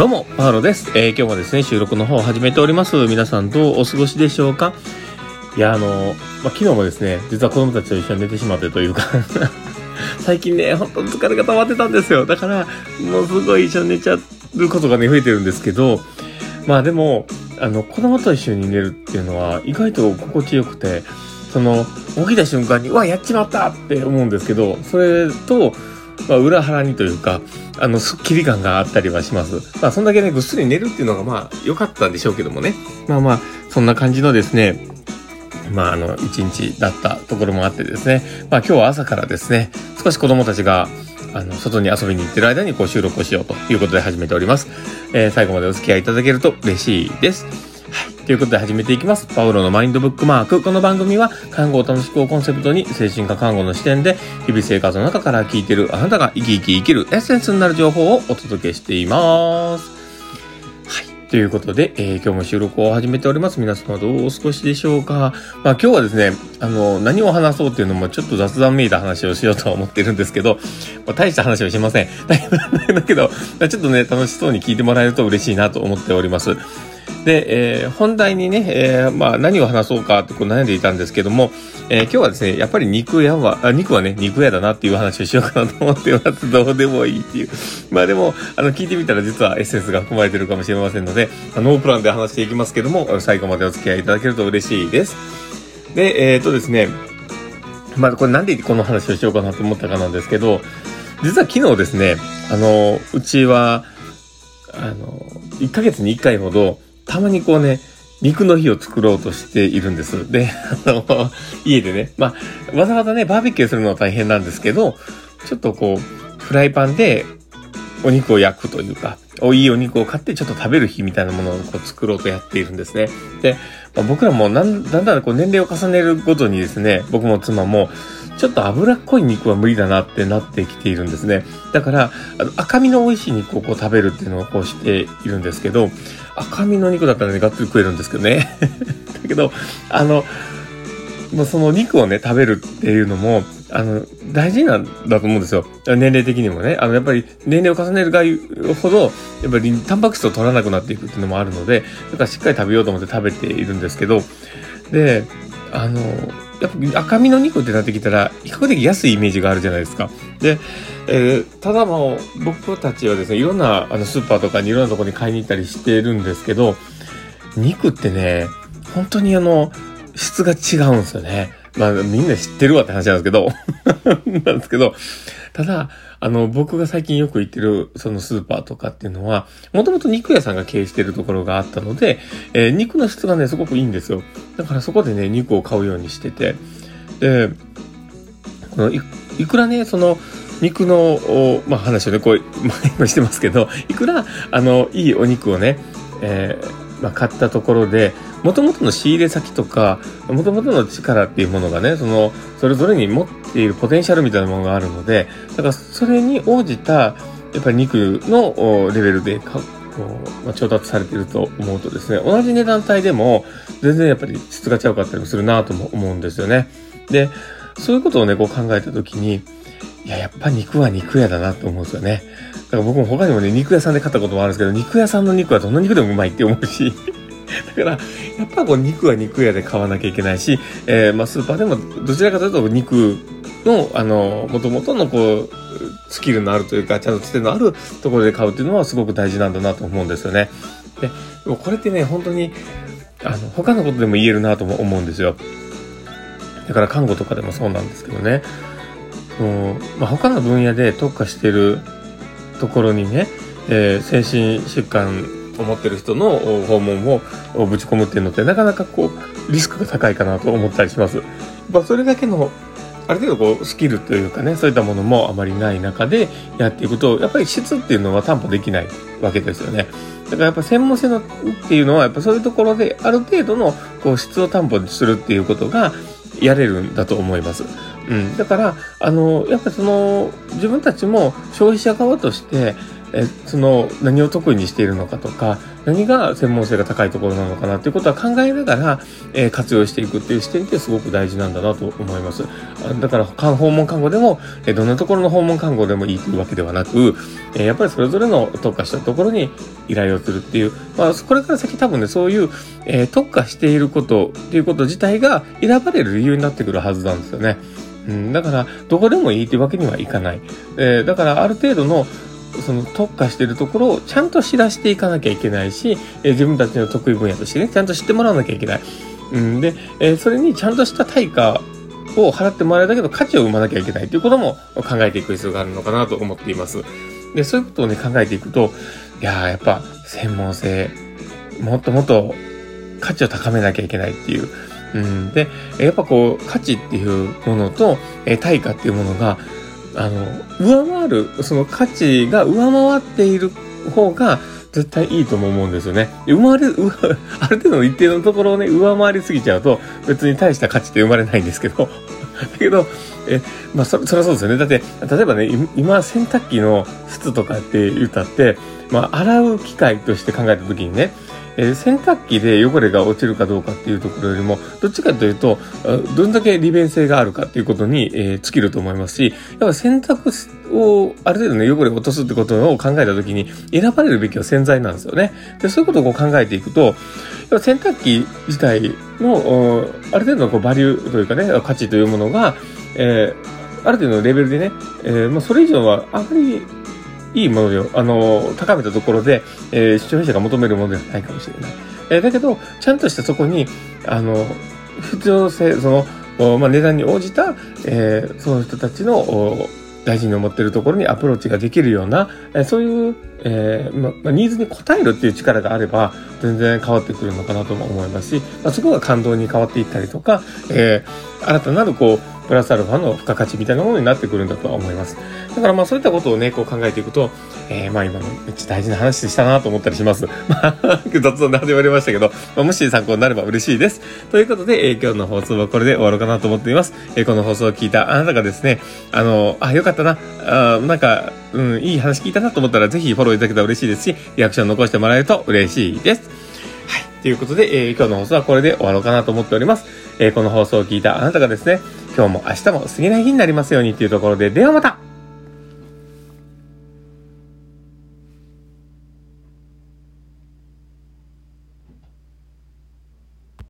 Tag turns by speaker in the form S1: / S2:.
S1: どうもパウロです。今日もですね収録の方を始めております。皆さんどうお過ごしでしょうか。いや昨日もですね実は子供たちと一緒に寝てしまってというか最近ね本当に疲れが溜まってたんですよ。だからもうすごい一緒に寝ちゃうことがね増えてるんですけど、でも子供と一緒に寝るっていうのは意外と心地よくて、起きた瞬間にうわやっちまったって思うんですけど、それと裏腹にというかスッキリ感があったりはします。そんだけねぐっすり寝るっていうのが良かったんでしょうけどもね、そんな感じのですね一日だったところもあってですね、今日は朝からですね少し子供たちが外に遊びに行ってる間に収録をしようということで始めております。最後までお付き合いいただけると嬉しいです。ということで始めていきます。パウロのマインドブックマーク。この番組は看護を楽しくをコンセプトに精神科看護の視点で日々生活の中から聞いているあなたが生き生き生きるエッセンスになる情報をお届けしています。ということで、今日も収録を始めております。皆様どうお過ごしでしょうか。今日はですね、何を話そうっていうのもちょっと雑談めいた話をしようとは思ってるんですけど、大した話はしません。だけど、ちょっとね、楽しそうに聞いてもらえると嬉しいなと思っております。で、本題にね、何を話そうかって悩んでいたんですけども、今日はですね、やっぱり肉はね、肉屋だなっていう話をしようかなと思ってます。どうでもいいっていう。でも、聞いてみたら実はエッセンスが含まれてるかもしれませんので、ノープランで話していきますけども、最後までお付き合いいただけると嬉しいです。で、ですね、これなんでこの話をしようかなと思ったかなんですけど、実は昨日ですね、うちは、1ヶ月に1回ほど、たまに肉の日を作ろうとしているんです。で、家でね、わざわざね、バーベキューするのは大変なんですけど、ちょっとフライパンでお肉を焼くというか、いいお肉を買ってちょっと食べる日みたいなものを作ろうとやっているんですね。で、僕らもだんだん年齢を重ねるごとにですね、僕も妻も、ちょっと脂っこい肉は無理だなってなってきているんですね。だから、赤身の美味しい肉を食べるっていうのをしているんですけど、赤身の肉だったらね、がっつり食えるんですけどね。だけど、その肉をね、食べるっていうのも、大事なんだと思うんですよ。年齢的にもね。やっぱり年齢を重ねるがほど、やっぱりタンパク質を取らなくなっていくっていうのもあるので、だからしっかり食べようと思って食べているんですけど、で、やっぱ赤身の肉ってなってきたら比較的安いイメージがあるじゃないですか。で、ただ僕たちはですね、いろんなスーパーとかにいろんなところに買いに行ったりしてるんですけど、肉ってね、本当に質が違うんですよね。みんな知ってるわって話なんですけどただ僕が最近よく行ってるそのスーパーとかっていうのはもともと肉屋さんが経営してるところがあったので、肉の質がねすごくいいんですよ。だからそこでね肉を買うようにしてて、でいくらねその肉の話をね前もしてますけど、いくらいいお肉をね、買ったところで元々の仕入れ先とか元々の力っていうものがねそれぞれに持っているポテンシャルみたいなものがあるので、だからそれに応じたやっぱり肉のレベルで調達されていると思うとですね、同じ値段帯でも全然やっぱり質が違かったりもするなとも思うんですよね。でそういうことをね考えたときに、やっぱ肉は肉屋だなと思うんですよね。だから僕も他にもね肉屋さんで買ったこともあるんですけど、肉屋さんの肉はどんな肉でもうまいって思うしだからやっぱ肉は肉屋で買わなきゃいけないし、スーパーでもどちらかというと肉の元々のスキルのあるというかちゃんとつてのあるところで買うっていうのはすごく大事なんだなと思うんですよね。でもこれってね本当に他のことでも言えるなとも思うんですよ。だから看護とかでもそうなんですけどね、他の分野で特化しているところにね、精神疾患を持ってる人の訪問をぶち込むっていうのってなかなかリスクが高いかなと思ったりします。それだけのある程度スキルというかねそういったものもあまりない中でやっていくとやっぱり質っていうのは担保できないわけですよね。だからやっぱ専門性のっていうのはやっぱそういうところである程度の質を担保するっていうことがやれるんだと思います。だからやっぱり自分たちも消費者側としてその何を得意にしているのかとか、何が専門性が高いところなのかなっていうことは考えながら、活用していくっていう視点ってすごく大事なんだなと思います。だから訪問看護でも、どんなところの訪問看護でもいいというわけではなく、やっぱりそれぞれの特化したところに依頼をするっていう、これから先多分ね、そういう、特化していることっていうこと自体が選ばれる理由になってくるはずなんですよね。だからどこでもいいっていうわけにはいかない。だからある程度のその特化しているところをちゃんと知らせていかなきゃいけないし、自分たちの得意分野としてね、ちゃんと知ってもらわなきゃいけない。で、それにちゃんとした対価を払ってもらえるだけど価値を生まなきゃいけないということも考えていく必要があるのかなと思っています。で、そういうことをね、考えていくと、やっぱ専門性、もっともっと価値を高めなきゃいけないっていう。で、やっぱこう、価値っていうものと、対価っていうものが、上回る、その価値が上回っている方が絶対いいとも思うんですよね。ある程度の一定のところをね、上回りすぎちゃうと、別に大した価値って生まれないんですけど、だけど、そりゃそうですよね。だって、例えばね、今、洗濯機の質とかって言ったって、洗う機械として考えたときにね、洗濯機で汚れが落ちるかどうかっていうところよりも、どっちかというと、どんだけ利便性があるかっていうことに、尽きると思いますし、やっぱ洗濯をある程度ね、汚れを落とすってことを考えたときに、選ばれるべきは洗剤なんですよね。で、そういうことを考えていくと、やっぱ洗濯機自体の、ある程度のバリューというかね、価値というものが、ある程度のレベルでね、それ以上はあまりいいもので、高めたところで、視聴者が求めるものではないかもしれない。だけど、ちゃんとしたそこに、必要性、値段に応じた、その人たちの、大事に思っているところにアプローチができるような、そういう、ニーズに応えるっていう力があれば、全然変わってくるのかなとも思いますし、そこが感動に変わっていったりとか、新たなるプラスアルファの付加価値みたいなものになってくるんだとは思います。だからそういったことをね、考えていくと、今のめっちゃ大事な話でしたなと思ったりします。雑談で始まりましたけど、もし参考になれば嬉しいです。ということで、今日の放送はこれで終わろうかなと思っています。この放送を聞いたあなたがですね、よかったな、いい話聞いたなと思ったら、ぜひフォローいただけたら嬉しいですし、リアクション残してもらえると嬉しいです。はい。ということで、今日の放送はこれで終わろうかなと思っております。この放送を聞いたあなたがですね、今日も明日も過ぎない日になりますようにというところで、ではまた。